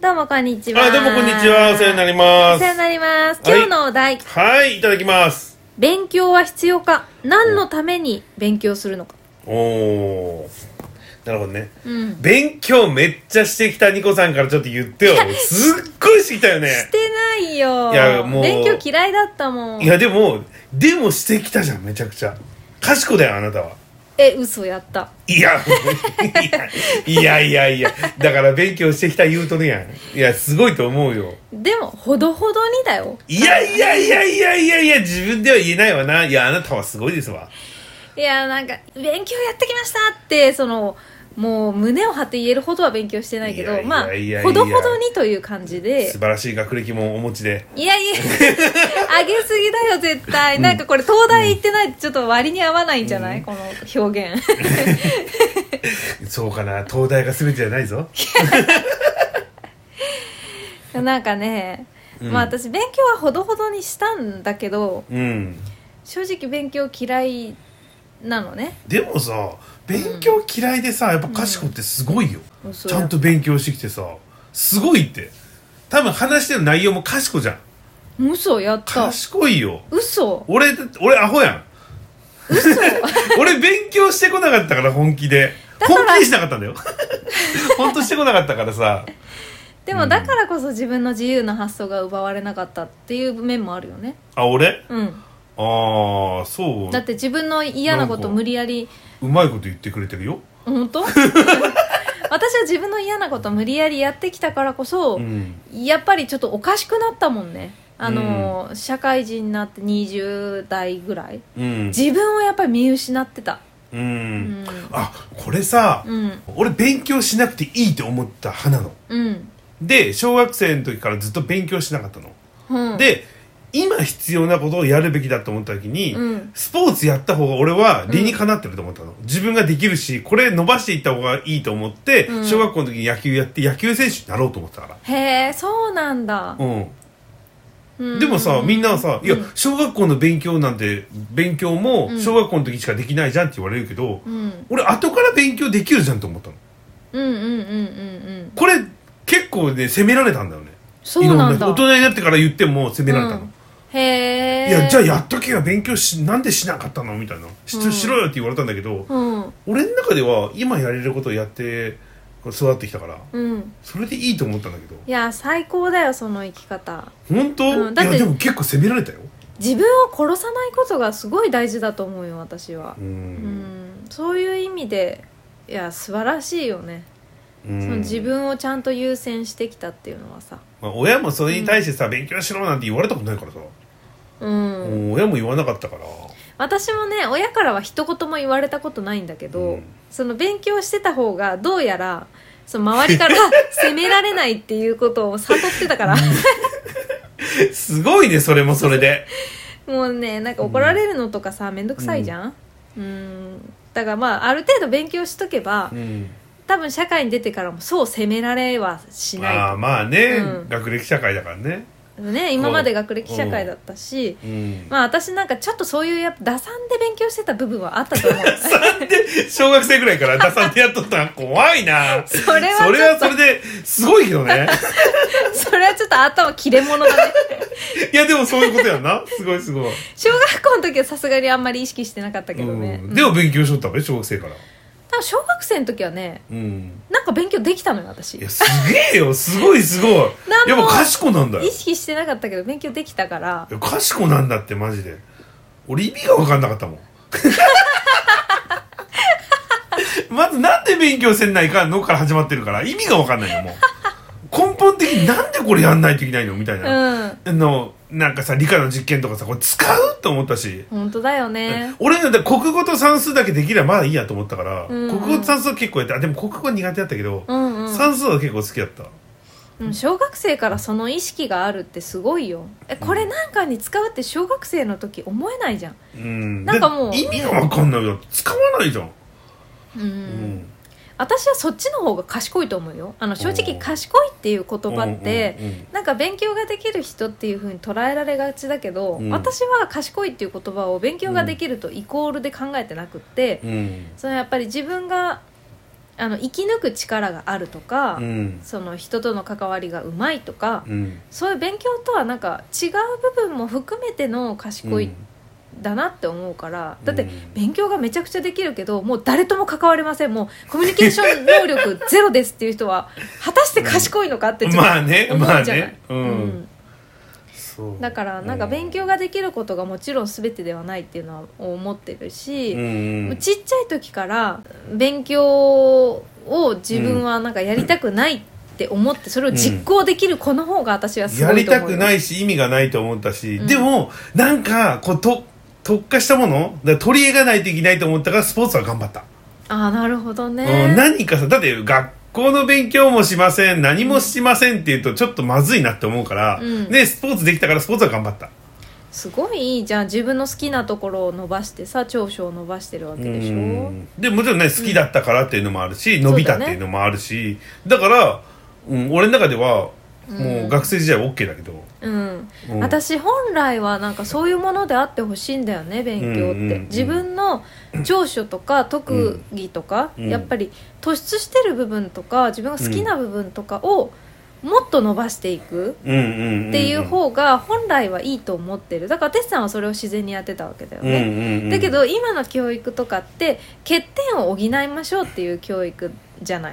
どうもこんにちは。 どうもこんにちは。お世話になります。 お世話になります。今日のお題。 はい、いただきます。 勉強は必要か？何のために勉強するのか。 おー。なるほどね。 うん。 勉強めっちゃしてきたニコさんからちょっと言ってよ。すっごいしてきたよね。 してないよ。 いやもう勉強嫌いだったもん。 いやでもしてきたじゃん、めちゃくちゃ。賢だよ、あなたは。 嘘やった。 いやだから勉強してきた言うとるやん。いや、すごいと思うよ。 でもほどほどにだよ。 いや自分では言えないわな。いや、あなたはすごいですわ。 いや、なんか勉強やってきましたってもう胸を張って言えるほどは勉強してないけど、まあほどほどにという感じで。 素晴らしい学歴もお持ちで。 いやあげすぎだよ絶対、なんかこれ東大行ってないとちょっと割に合わないんじゃない、この表現そうかな、東大が全てじゃないぞなんかね、まあ私勉強はほどほどにしたんだけど、正直勉強嫌いなのね。 でもさ、勉強嫌いでさ、やっぱ賢ってすごいよ、ちゃんと勉強してきてさ、すごいって。多分話してる内容も賢じゃん。 嘘やった。 賢いよ。 嘘。 俺アホやん。嘘俺勉強してこなかったから、本気でしなかったんだよ本当してこなかったからさ。 でもだからこそ自分の自由な発想が奪われなかったっていう面もあるよね。 俺？ ああ、そう。 だって自分の嫌なこと無理やりうまいこと言ってくれてるよ。 本当私は自分の嫌なこと無理やりやってきたからこそ、やっぱりちょっとおかしくなったもんね。社会人になって20代ぐらい、自分をやっぱり見失ってた。 あ、これさ、俺勉強しなくていいって思った派なの。で、小学生の時からずっと勉強しなかったの。で、今必要なことをやるべきだと思った時に、スポーツやった方が俺は理にかなってると思ったの。自分ができるし、これ伸ばしていった方がいいと思って、小学校の時に野球やって野球選手になろうと思ってたから。 へえ、そうなんだ。 でもさ、みんなはさ、いや、小学校の勉強なんて、勉強も小学校の時しかできないじゃんって言われるけど、俺後から勉強できるじゃんと思ったの。これ結構ね、責められたんだよね。 そうなんだ。 大人になってから言っても責められたの。 へえ。 いや、じゃあやっとけよ、勉強なんでしなかったのみたいな。しろよって言われたんだけど、俺の中では今やれることをやって育ってきたから、それでいいと思ったんだけど。 いや、最高だよ、その生き方。 本当？いや、でも結構責められたよ。 自分を殺さないことがすごい大事だと思うよ、私は。そういう意味で、いや、素晴らしいよね。その自分をちゃんと優先してきたっていうのはさ、 親もそれに対してさ、勉強しろなんて言われたことないからさ、親も言わなかったから。 私もね、親からは一言も言われたことないんだけど、その勉強してた方がどうやらその周りから責められないっていうことを悟ってたからすごいね、それもそれでもうね、なんか怒られるのとかさ、めんどくさいじゃん。だからまあある程度勉強しとけば、多分社会に出てからもそう責められはしない。 まあね、学歴社会だからね。 今まで学歴社会だったし、まあ私なんかちょっとそういうやっぱ打算で勉強してた部分はあったと思う。 打算で小学生ぐらいから打算でやっとったら怖いな。それはそれですごいけどね。 それはちょっと頭切れ者だね。 いやでもそういうことやんな。すごいすごい。 小学校の時はさすがにあんまり意識してなかったけどね。 でも勉強しとったわね、小学生から。 多分小学生の時はね、なんか勉強できたのよ私。 いや、すげえよ、すごいすごい。やっぱ賢なんだよ。 意識してなかったけど勉強できたから。 いや、賢なんだってマジで。俺意味が分かんなかったもん。まずなんで勉強せんないかんのから始まってるから意味が分かんないよ、もう。根本的になんでこれやんないといけないのみたいな。なんかさ、理科の実験とかさ、これ使うと思ったし。 本当だよね。 俺なんて国語と算数だけできればまだいいやと思ったから、国語と算数は結構やって、でも国語苦手だったけど、算数は結構好きだった。 小学生からその意識があるってすごいよ。これなんかに使うって小学生の時思えないじゃん。なんかもう意味が分かんないよ。使わないじゃん。 私はそっちの方が賢いと思うよ。正直賢いっていう言葉ってなんか勉強ができる人っていう風に捉えられがちだけど、私は賢いっていう言葉を勉強ができるとイコールで考えてなくって、そのやっぱり自分が生き抜く力があるとか、 うん、 その人との関わりがうまいとか、 うん、 そういう勉強とはなんか違う部分も含めての賢いだなって思うから、だって勉強がめちゃくちゃできるけどもう誰とも関われません、もうコミュニケーション能力ゼロですっていう人は果たして賢いのかって自分思うじゃない。だからなんか勉強ができることがもちろん全てではないっていうのは思ってるし、ちっちゃい時から勉強を自分はなんかやりたくないって思ってそれを実行できる子の方が私はすごいと思う、 やりたくないし意味がないと思ったし、でもなんかこう特化したものだ取り入れないといけないと思ったからスポーツは頑張った。 ああなるほどね、 何かさ、だって学校の勉強もしません何もしませんっていうとちょっとまずいなって思うから、でスポーツできたからスポーツは頑張った。 すごいいいじゃん、自分の好きなところを伸ばしてさ長所を伸ばしてるわけでしょ。 でもちろんね好きだったからっていうのもあるし、伸びたっていうのもあるし、だから、俺の中ではもう学生時代は OK だけど、 私本来はなんかそういうものであってほしいんだよね勉強って、自分の長所とか特技とか、やっぱり突出してる部分とか自分が好きな部分とかをもっと伸ばしていくっていう方が本来はいいと思ってる。だからテスさんはそれを自然にやってたわけだよね、だけど今の教育とかって欠点を補いましょうっていう教育じゃない、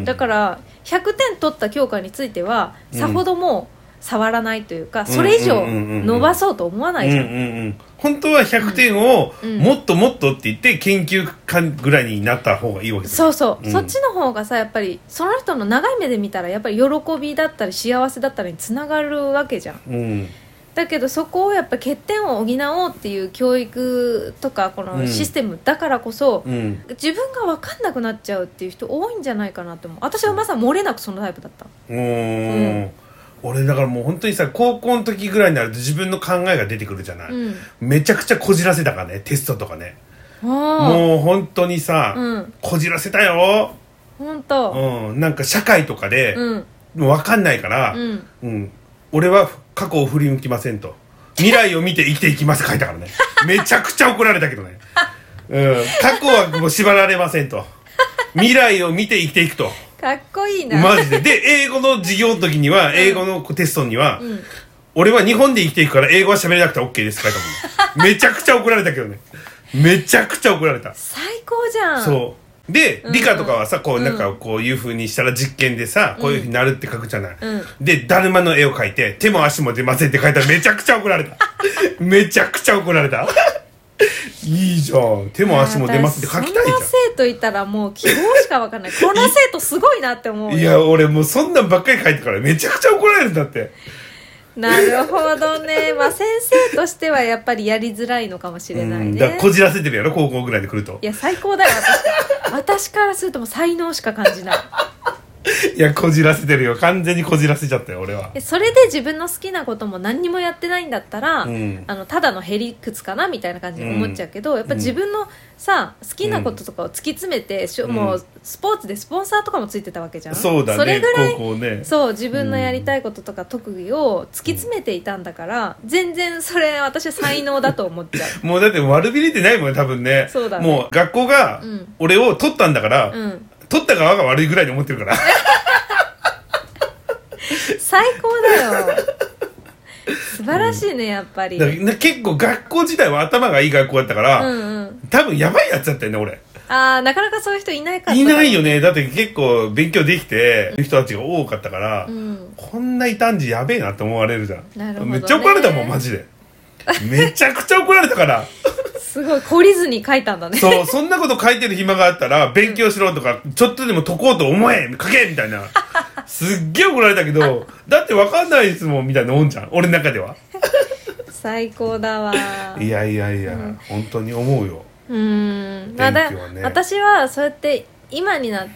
だから100点取った教科についてはさほども触らないというか、それ以上伸ばそうと思わないじゃん。 本当は100点をもっともっとって言って研究家ぐらいになった方がいいわけです。 そうそう、そっちの方がさやっぱりその人の長い目で見たらやっぱり喜びだったり幸せだったりにつながるわけじゃん、だけどそこをやっぱ欠点を補おうっていう教育とかこのシステムだからこそ、自分が分かんなくなっちゃうっていう人多いんじゃないかなと思う。私はまさに漏れなくそのタイプだった。 俺だからもう本当にさ高校の時ぐらいになると自分の考えが出てくるじゃない、めちゃくちゃこじらせたからねテストとかね、もう本当にさ、こじらせたよ本当、 なんか社会とかで、もう分かんないから、俺は過去を振り向きませんと未来を見て生きていきますって書いたからねめちゃくちゃ怒られたけどね、過去はもう縛られませんと未来を見て生きていくと。 かっこいいなマジで。で英語の授業の時には、英語のテストには、俺は日本で生きていくから英語は喋れなくて OK ですって書いたもんめちゃくちゃ怒られたけどね、めちゃくちゃ怒られた。 最高じゃん。 そうで理科とかはさこうなんかこういう風にしたら実験でさ、こういう風になるって書くじゃない、でだるまの絵を描いて手も足も出ませんって書いたらめちゃくちゃ怒られためちゃくちゃ怒られたいいじゃん手も足も出ますって書きたいじゃん。 そんな生徒いたらもう希望しか分かんないこの生徒すごいなって思う。 いや俺もうそんなんばっかり書いてからめちゃくちゃ怒られるんだって。 なるほどね。まあ先生としてはやっぱりやりづらいのかもしれないね。 だからこじらせてるやろ高校ぐらいで来ると。 いや最高だよ私からするともう才能しか感じないいやこじらせてるよ完全にこじらせちゃったよ俺は。 それで自分の好きなことも何にもやってないんだったら、ただのへりくつかなみたいな感じに思っちゃうけど、やっぱ自分のさ好きなこととかを突き詰めて、もうスポーツでスポンサーとかもついてたわけじゃん。 そうだね。 それぐらい高校ね、 そう自分のやりたいこととか特技を突き詰めていたんだから、全然それ私は才能だと思っちゃうもうだって悪びれてないもんね多分ね。 そうだね。 もう学校が俺を取ったんだから、取った側が悪いぐらいに思ってるから最高だよ素晴らしいね、やっぱり。 結構学校自体は頭がいい学校だったから、多分やばいやつだったよね俺。 なかなかそういう人いないかった。 いないよね。だって結構勉強できてる人たちが多かったから、こんな異端児やべえなって思われるじゃん。 なるほどね。 めっちゃ怒られたもんマジでめちゃくちゃ怒られたからすごい懲りずに書いたんだね。 そう、そんなこと書いてる暇があったら勉強しろとか、ちょっとでも解こうと思え書けみたいなすっげえ怒られたけど、だって分かんないですもんみたいなもんじゃん俺の中では。 最高だわ。 いやいやいや、本当に思うよ。 勉強はね。私はそうやって今になって、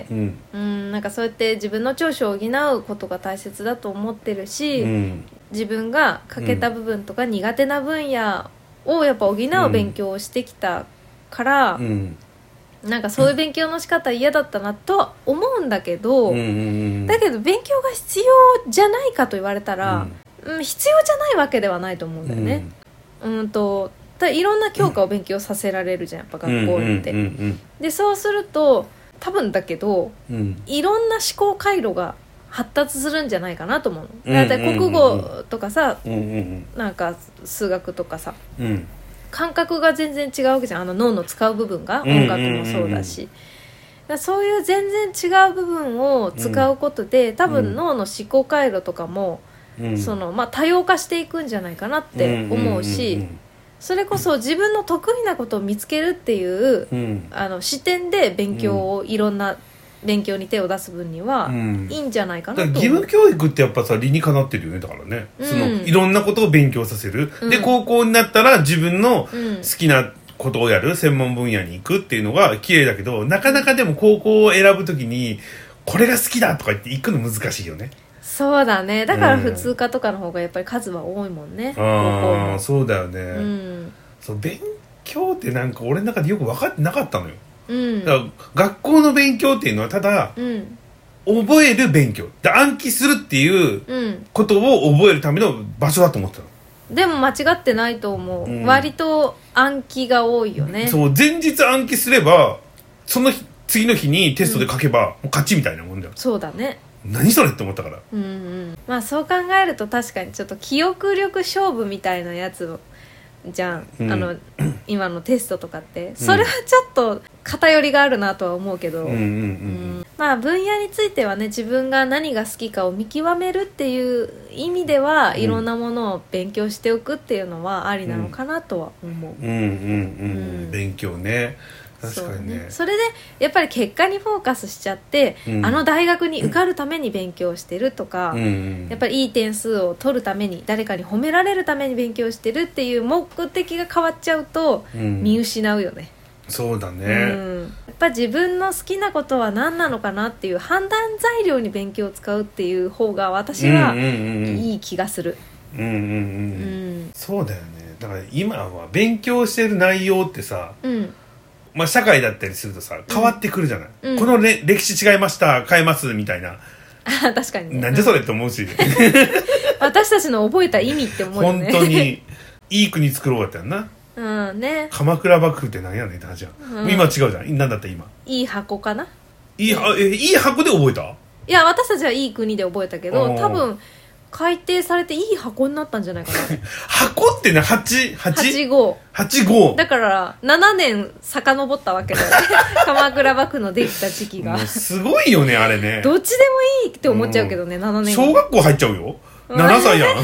なんかそうやって自分の長所を補うことが大切だと思ってるし、自分が欠けた部分とか苦手な分野をやっぱ補う勉強をしてきたから、なんかそういう勉強の仕方嫌だったなとは思うんだけど、だけど勉強が必要じゃないかと言われたら、必要じゃないわけではないと思うんだよね。いろんな教科を勉強させられるじゃんやっぱ学校って。でそうすると多分だけど、いろんな思考回路が発達するんじゃないかなと思うの。だいたい国語とかさ、なんか数学とかさ、感覚が全然違うわけじゃん。脳の使う部分が、音楽もそうだし、そういう全然違う部分を使うことで、多分脳の思考回路とかも、多様化していくんじゃないかなって思うし、それこそ自分の得意なことを見つけるっていう、視点で勉強を、いろんな勉強に手を出す分にはいいんじゃないかなと思う。 義務教育ってやっぱさ、理にかなってるよね。だからね、いろんなことを勉強させる、で高校になったら自分の好きなことをやる、専門分野に行くっていうのが綺麗だけど、なかなかでも高校を選ぶときにこれが好きだとか言って行くの難しいよね。 そうだね。だから普通科とかの方がやっぱり数は多いもんね、高校も。 そうだよね、そう勉強ってなんか俺の中でよく分かってなかったのよ。だから学校の勉強っていうのはただ、覚える勉強で、暗記するっていうことを覚えるための場所だと思ってたの。 でも間違ってないと思う、割と暗記が多いよね。 そう、前日暗記すればその次の日にテストで書けば、もう勝ちみたいなもんだよ。 そうだね。 何それって思ったから、 まあそう考えると確かにちょっと記憶力勝負みたいなやつをじゃん、今のテストとかって、それはちょっと偏りがあるなとは思うけど、まあ分野についてはね、自分が何が好きかを見極めるっていう意味では、いろんなものを勉強しておくっていうのはありなのかなとは思う。 勉強ね、確かにね。 それでやっぱり結果にフォーカスしちゃって、大学に受かるために勉強してるとか、やっぱりいい点数を取るために、誰かに褒められるために勉強してるっていう目的が変わっちゃうと、見失うよね。 そうだね、 やっぱ自分の好きなことは何なのかなっていう判断材料に勉強を使うっていう方が私はいい気がする。 そうだよね。だから今は勉強してる内容ってさ、まあ、社会だったりするとさ変わってくるじゃない、この、歴史違いました変えますみたいな。 確かに、ね、 なんでそれって思うし私たちの覚えた意味って思うよね。 本当にいい国作ろうやったよな。鎌倉幕府って何やねんって話じゃん、今違うじゃん。何だった今いい箱かな。 いい箱で覚えた。 いや私たちはいい国で覚えたけど、多分改訂されていい箱になったんじゃないかな。 箱ってね、85 だから7年遡ったわけだよね鎌倉幕府のできた時期が。 すごいよねあれね。 どっちでもいいって思っちゃうけどね、7年小学校入っちゃうよ、7歳やん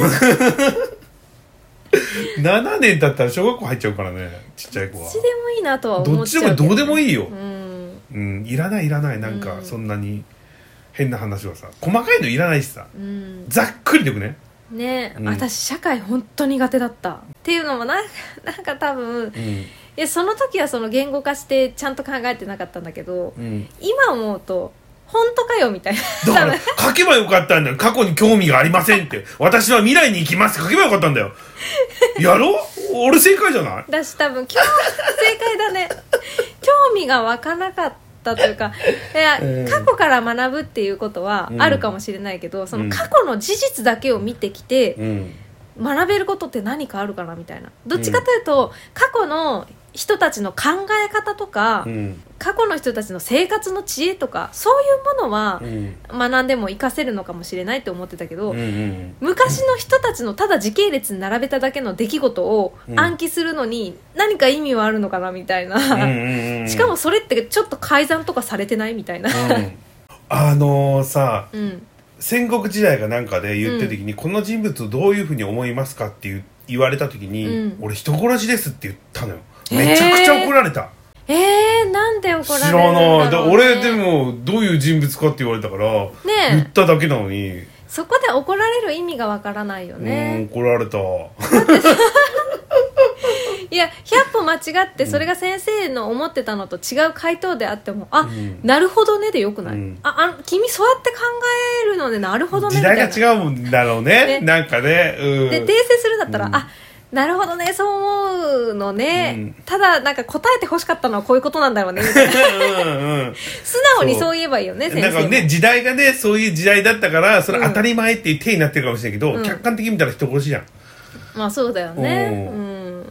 7年だったら小学校入っちゃうからね、ちっちゃい子は。 どっちでもいいなとは思っちゃうけど、ね、 どっちでもどうでもいいよ。いらないなんか、そんなに変な話はさ、細かいのいらないしさ、ざっくりでよくね。 私社会本当苦手だったっていうのもなんか多分、いやその時はその言語化してちゃんと考えてなかったんだけど、今思うと本当かよみたいな。 だから書けばよかったんだよ。過去に興味がありませんって私は未来に行きますって書けばよかったんだよやろう。俺正解じゃない。 だし多分正解だね興味が湧かなかったというか、いや、過去から学ぶっていうことはあるかもしれないけど、その過去の事実だけを見てきて、学べることって何かあるかなみたいな。どっちかというと、過去の人たちの考え方とか、過去の人たちの生活の知恵とか、そういうものは学んでも活かせるのかもしれないって思ってたけど、昔の人たちのただ時系列に並べただけの出来事を暗記するのに何か意味はあるのかなみたいな、しかもそれってちょっと改ざんとかされてないみたいなさ、戦国時代かなんかで言ってる時に、この人物をどういうふうに思いますかって言われた時に、俺人殺しですって言ったのよ。めちゃくちゃ怒られた。 なんで怒られるんだろうね。知らない。俺でもどういう人物かって言われたから、言っただけなのに、 そこで怒られる意味がわからないよね。 怒られたいや100歩間違ってそれが先生の思ってたのと違う回答であっても、なるほどねでよくない、君そうやって考えるのでなるほどねみたいな。 時代が違うんだろうねなんかね、 で訂正するんだったら、なるほどねそう思うのね、ただなんか答えて欲しかったのはこういうことなんだろうねみたいな素直にそう言えばいいよね先生も。 なんかね時代がねそういう時代だったからそれ当たり前っていう体になってるかもしれないけど、客観的に見たら人殺しじゃん。 まあそうだよね。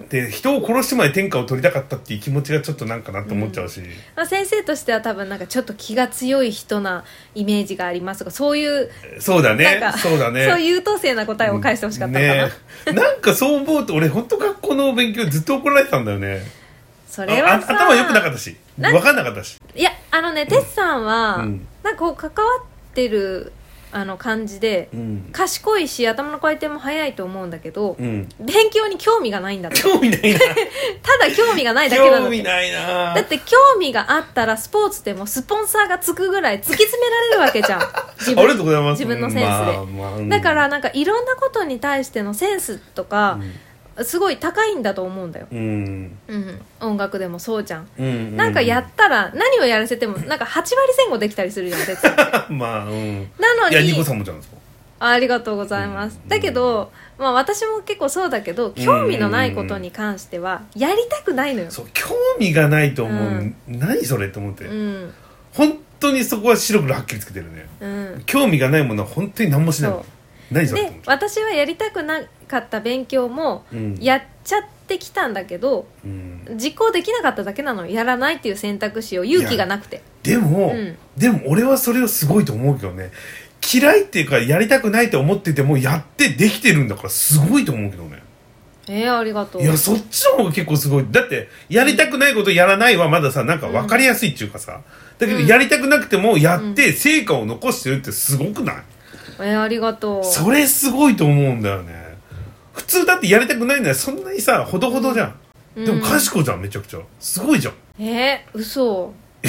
で人を殺してまで天下を取りたかったっていう気持ちがちょっとなんかなって思っちゃうし、 まあ、先生としては多分なんかちょっと気が強い人なイメージがありますが、そういうそうだねなんかそうだねそういう優等生な答えを返してほしかったのかな、 ね、なんかそう思うと俺本当学校の勉強ずっと怒られてたんだよね。 それはさ頭良くなかったし分かんなかったし、 いやテツさんは、 うんなんかこう関わってる感じで、 うん、 賢いし頭の回転も早いと思うんだけど、 うん、 勉強に興味がないんだって興味ないなただ興味がないだけなんだって。 興味ないなだって興味があったらスポーツでもスポンサーがつくぐらい突き詰められるわけじゃんありがとうございます。 自分のセンスで、だからなんかいろんなことに対してのセンスとか、すごい高いんだと思うんだよ、 うんうん、音楽でもそうじゃん、 うんうん、 なんかやったら何をやらせてもなんか8割前後できたりするじゃん哲也まあ、うん、 なのにいやニコさんもじゃんですか。 ありがとうございます、だけど、まあ、私も結構そうだけど興味のないことに関してはやりたくないのよ。 そう興味がないと思う、何それって思って、本当にそこは白黒はっきりつけてるね、興味がないものは本当に何もしないの。何それって思って。 私はやりたくなかった勉強もやっちゃってきたんだけど、実行できなかっただけなの。やらないっていう選択肢を勇気がなくて。 でも俺はそれをすごいと思うけどね。嫌いっていうかやりたくないと思っててもやってできてるんだからすごいと思うけどね。 ありがとう。 いやそっちの方が結構すごい。だってやりたくないことやらないはまださなんか分かりやすいっていうかさ、だけどやりたくなくてもやって成果を残してるってすごくない？ ありがとう。 それすごいと思うんだよね。普通だってやりたくないならそんなにさほどほどじゃん、でも賢いじゃん。めちゃくちゃすごいじゃん。 嘘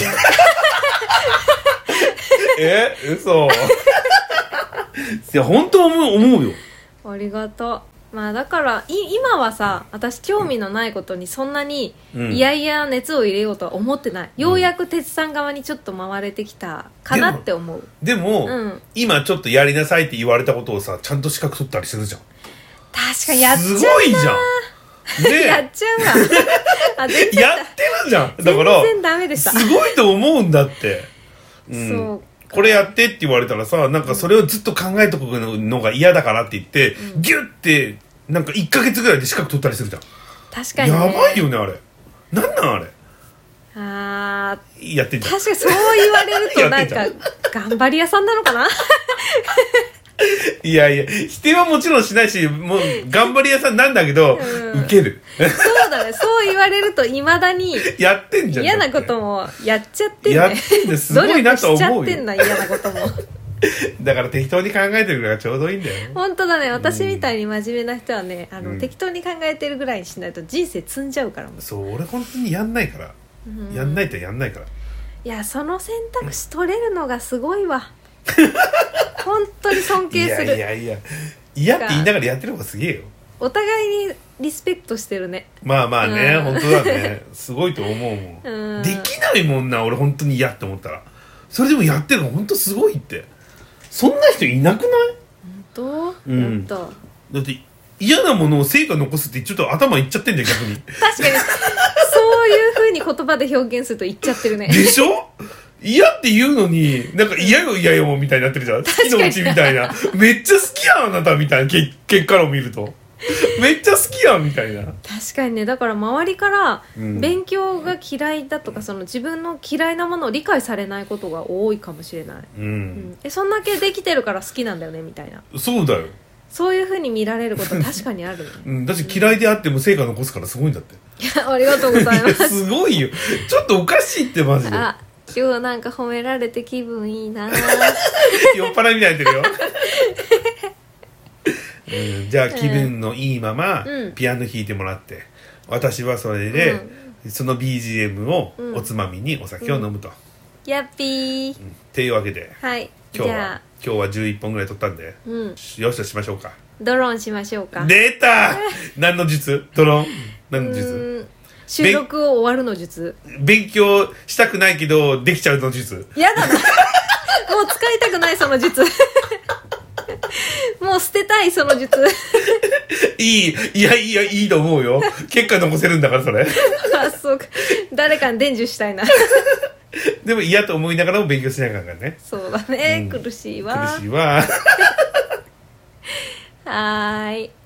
嘘いや本当思うよ。 ありがとう。まあだから今はさ私興味のないことにそんなにいやいや熱を入れようとは思ってない、ようやく哲さん側にちょっと回れてきたかなって思う。 でも、今ちょっとやりなさいって言われたことをさちゃんと資格取ったりするじゃん。 確かにやっちゃうな。 すごいじゃん、ね、 やっちゃうわやってるじゃん。だから全然ダメでした。 すごいと思うんだって、 そうこれやってって言われたらさなんかそれをずっと考えとくのが嫌だからって言って、ギュッてなんか1ヶ月ぐらいで資格取ったりするじゃん。 確かに、ね、 やばいよねあれ。なんなんあれ。やってんじゃん。 確かにそう言われるとなんか頑張り屋さんなのかな。 いやいや否定はもちろんしないしもう頑張り屋さんなんだけど、ウケる。 そうだね。そう言われるといまだにやってんじゃん。 嫌なこともやっちゃってんね。 やってんですごいなと思うよ。 努力しちゃってんな嫌なことも。 だから適当に考えてるのがちょうどいいんだよ。 本当だね。私みたいに真面目な人はね適当に考えてるぐらいにしないと人生積んじゃうから。 そう俺本当にやんないから、やんないとやんないから。 いやその選択肢取れるのがすごいわ。本当に尊敬する。 いや嫌って言いながらやってる方がすげえよ。 お互いにリスペクトしてるね。 まあまあね、本当だね。すごいと思うもん。できないもんな俺本当に嫌って思ったら。それでもやってるの本当すごいって。そんな人いなくない？ 本当？やった。 だって嫌なものを成果残すってちょっと頭いっちゃってんじゃん逆に。 確かにそういう風に言葉で表現すると言っちゃってるね。 でしょ？嫌って言うのになんか嫌よ嫌よみたいになってるじゃん。月のうちみたいな。めっちゃ好きやんあなたみたいな結果を見るとめっちゃ好きやんみたいな。確かにね。だから周りから勉強が嫌いだとか、その自分の嫌いなものを理解されないことが多いかもしれない、そんだけできてるから好きなんだよねみたいな。そうだよ。そういう風に見られることは確かにあるね。 だし嫌いであっても成果残すからすごいんだって。 いやありがとうございます。 すごいよ。ちょっとおかしいってマジで。 今日なんか褒められて気分いいな。 酔っ払いみたいになってるよ。じゃあ気分のいいままピアノ弾いてもらって、私はそれで、その BGM をおつまみにお酒を飲むと。 やっぴー。 っていうわけで、 はい、 今日は11本ぐらい取ったんで、よしとしましょうか。 ドローンしましょうか。 出た何の術？ドローン何の術？ 収録を終わるの術。 勉強したくないけどできちゃうの術。 やだな。もう使いたくないその術。もう捨てたいその術。 いいと思うよ。結果残せるんだからそれ。 あ、そうか。誰かに伝授したいな。 でも嫌と思いながらも勉強しながらね。 そうだね、苦しいわ。 苦しいわ。 はーい。